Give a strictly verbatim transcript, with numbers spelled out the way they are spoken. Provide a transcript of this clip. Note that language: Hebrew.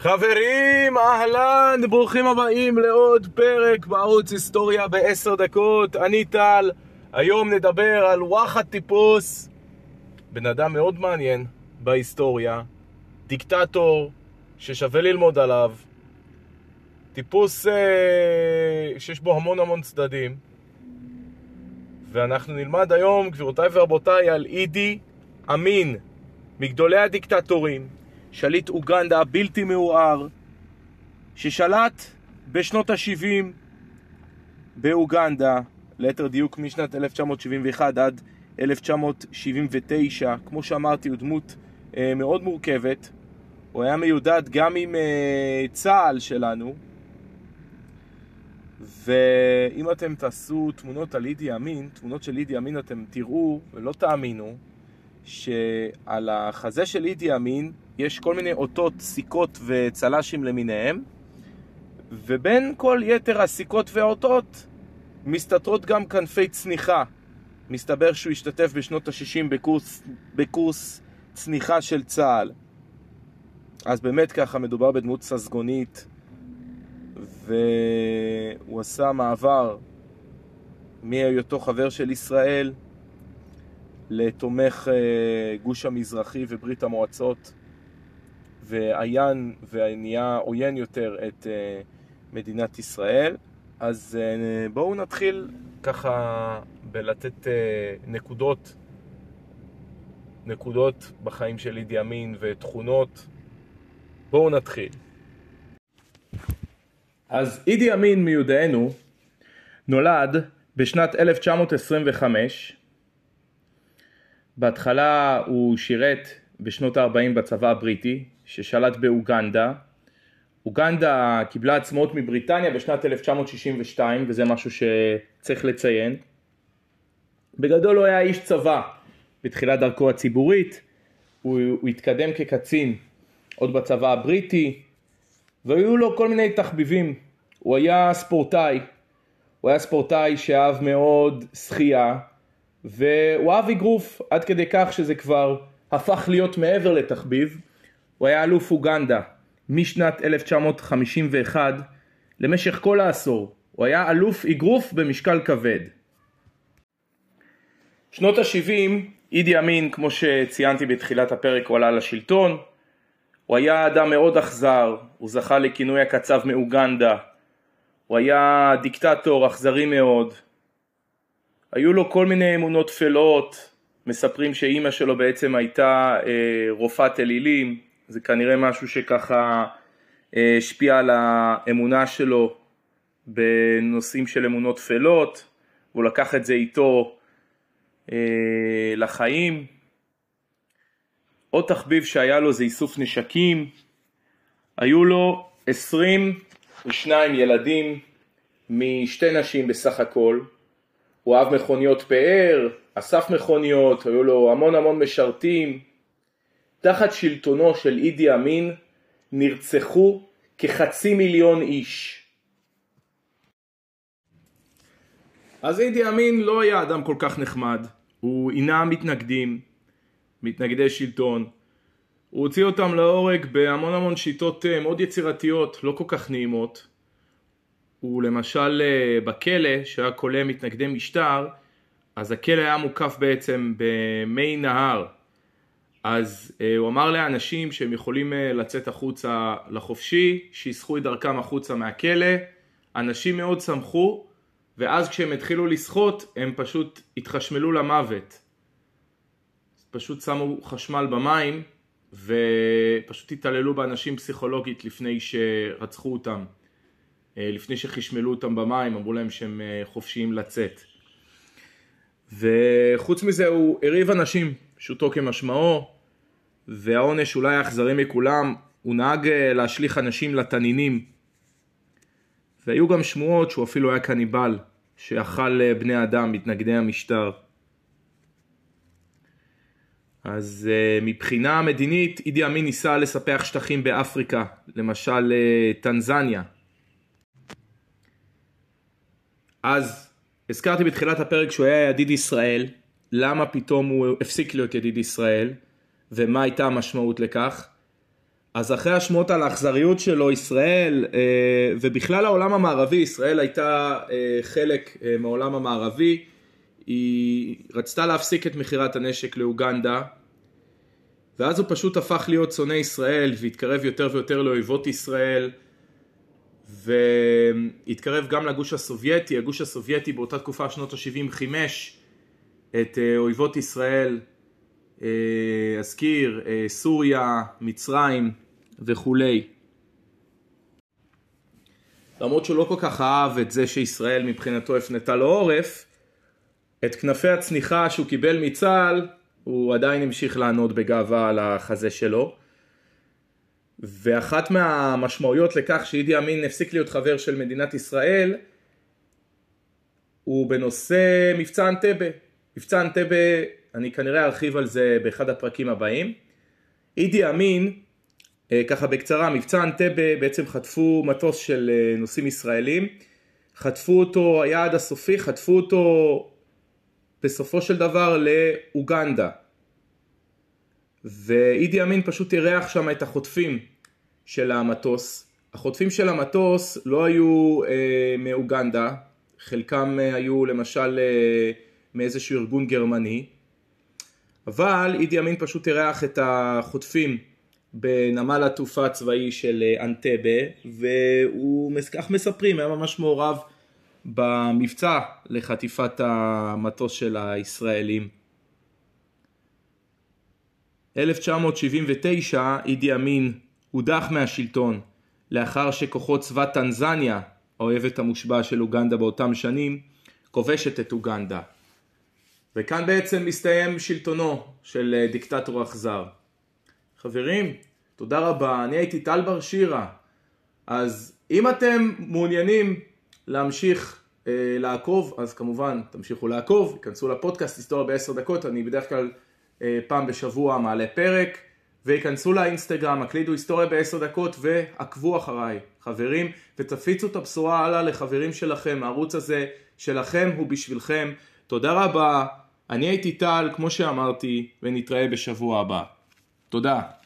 חברים, אהלן, ברוכים הבאים לעוד פרק בערוץ היסטוריה בעשר דקות. אני טל, היום נדבר על וואחד טיפוס, בן אדם מאוד מעניין בהיסטוריה, דיקטטור ששווה ללמוד עליו, טיפוס אה, שיש בו המון המון צדדים, ואנחנו נלמד היום, גבירותיי ורבותיי, על אידי אמין, מגדולי הדיקטטורים, שליט אוגנדה בלתי מעורער, ששלט בשנות ה-שבעים באוגנדה, ליתר דיוק משנת אלף תשע מאות שבעים ואחת עד אלף תשע מאות שבעים ותשע. כמו שאמרתי, הוא דמות אה, מאוד מורכבת. הוא היה מיודד גם עם אה, צה"ל שלנו, ואם אתם תעשו תמונות על אידי אמין, תמונות של אידי אמין, אתם תראו ולא תאמינו שעל החזה של אידי אמין יש כל מיני אותות, סיכות וצלשים למיניהם, ובין כל יתר הסיכות והאותות מסתתרות גם כנפי צניחה. מסתבר שהוא השתתף בשנות ה-שישים בקורס, בקורס צניחה של צה"ל. אז באמת ככה מדובר בדמות ססגונית, והוא עשה מעבר מהיותו חבר של ישראל לתומך גוש המזרחי וברית המועצות, ועיין ונהיה עוין יותר את מדינת ישראל. אז בואו נתחיל ככה בלתת נקודות נקודות בחיים של אידי אמין ותכונות. בואו נתחיל. אז אידי אמין מיודענו נולד בשנת אלף תשע מאות עשרים וחמש. בהתחלה הוא שירת בשנות ה-ארבעים בצבא הבריטי ששלט באוגנדה. אוגנדה קיבלה עצמאות מבריטניה בשנת אלף תשע מאות שישים ושתיים, וזה משהו שצריך לציין. בגדול הוא היה איש צבא בתחילת דרכו הציבורית. הוא, הוא התקדם כקצין עוד בצבא הבריטי, והיו לו כל מיני תחביבים. הוא היה ספורטאי, הוא היה ספורטאי שאהב מאוד שחייה, והוא אהב אגרוף עד כדי כך שזה כבר הפך להיות מעבר לתחביב. הוא היה אלוף אוגנדה משנת אלף תשע מאות חמישים ואחת למשך כל העשור. הוא היה אלוף אגרוף במשקל כבד. שנות ה-שבעים, אידי אמין, כמו שציינתי בתחילת הפרק, הוא עלה לשלטון. הוא היה אדם מאוד אכזר, הוא זכה לכינוי הקצב מאוגנדה. הוא היה דיקטטור אכזרי מאוד. היו לו כל מיני אמונות תפלות. מספרים שאימא שלו בעצם הייתה אה, רופאת אלילים. זה כנראה משהו שככה אה, השפיע על האמונה שלו בנושאים של אמונות תפלות, והוא לקח את זה איתו אה, לחיים. עוד תחביב שהיה לו זה איסוף נשקים. היו לו עשרים ושניים ילדים משתי נשים בסך הכל. הוא אהב מכוניות פאר, אסף מכוניות, היו לו המון המון משרתים. תחת שלטונו של אידי אמין נרצחו כחצי מיליון איש. אז אידי אמין לא היה אדם כל כך נחמד. הוא עינה מתנגדים, מתנגדי שלטון. הוא הוציא אותם להורג בהמון המון שיטות מאוד יצירתיות, לא כל כך נעימות. הוא למשל בכלא שהיה כולא מתנגדי משטר, אז הכלא היה מוקף בעצם במי נהר. אז הוא אמר לאנשים שהם יכולים לצאת החוצה לחופשי, שיסחו את דרכם החוצה מהכלא. אנשים מאוד שמחו, ואז כשהם התחילו לשחות הם פשוט התחשמלו למוות. פשוט שמו חשמל במים ופשוט התעללו באנשים פסיכולוגית לפני שרצחו אותם. לפני שחשמלו אותם במים, אמרו להם שהם חופשיים לצאת. וחוץ מזה הוא הריב אנשים, פשוטו כמשמעו, והעונש אולי האכזרי מכולם, הוא נהג להשליך אנשים לתנינים. והיו גם שמועות שהוא אפילו היה קניבל, שאכל בני אדם, מתנגדי המשטר. אז מבחינה מדינית, אידי אמין ניסה לספח שטחים באפריקה, למשל טנזניה. אז הזכרתי בתחילת הפרק שהוא היה ידיד ישראל. למה פתאום הוא הפסיק להיות ידיד ישראל, ומה הייתה המשמעות לכך? אז אחרי השמועות על האכזריות שלו, ישראל ובכלל העולם המערבי, ישראל הייתה חלק מהעולם המערבי, היא רצתה להפסיק את מחירת הנשק לאוגנדה, ואז הוא פשוט הפך להיות שונא ישראל והתקרב יותר ויותר לאויבות ישראל, והתקרב גם לגוש הסובייטי. הגוש הסובייטי באותה תקופה שנות ה-שבעים חימש את אויבות ישראל, אזכיר, סוריה, מצרים וכולי. למרות שהוא לא כל כך אהב את זה שישראל מבחינתו הפנתה לו עורף, את כנפי הצניחה שהוא קיבל מצה"ל, הוא עדיין המשיך לענוד בגאווה על החזה שלו. ואחת מהמשמעויות לכך שאידי אמין הפסיק להיות חבר של מדינת ישראל, הוא בנושא מבצע אנטבה. מבצע אנטבה, אני כנראה ארחיב על זה באחד הפרקים הבאים. אידי אמין, ככה בקצרה, מבצע אנטבה בעצם חטפו מטוס של נוסעים ישראלים, חטפו אותו, היעד הסופי, חטפו אותו בסופו של דבר לאוגנדה. ואידי אמין פשוט אירח שם את החוטפים של המטוס. החוטפים של המטוס לא היו אה, מאוגנדה, חלקם אה, היו למשל אה, מאיזשהו ארגון גרמני, אבל אידי אמין פשוט אירח את החוטפים בנמל התעופה הצבאי של אנטבה, והוא כך מספרים, היה ממש מעורב במבצע לחטיפת המטוס של הישראלים. אלף תשע מאות שבעים ותשע אידי אמין הודח מהשלטון לאחר שכוחות צבא טנזניה, האויבת המושבע של אוגנדה באותם שנים, כובשת את אוגנדה. וכאן בעצם מסתיים שלטונו של דיקטטור אכזר. חברים, תודה רבה, אני הייתי טל בר שירה. אז אם אתם מעוניינים להמשיך אה, לעקוב, אז כמובן תמשיכו לעקוב, כנסו לפודקאסט היסטוריה בעשר דקות, אני בדרך כלל אה, פעם בשבוע מעלה פרק, ויכנסו לאינסטגרם, הקלידו היסטוריה בעשר דקות ועקבו אחריי, חברים, ותפיצו את הבשורה הלאה לחברים שלכם, הערוץ הזה שלכם הוא בשבילכם. תודה רבה, אני הייתי טל, כמו שאמרתי, ונתראה בשבוע הבא. תודה.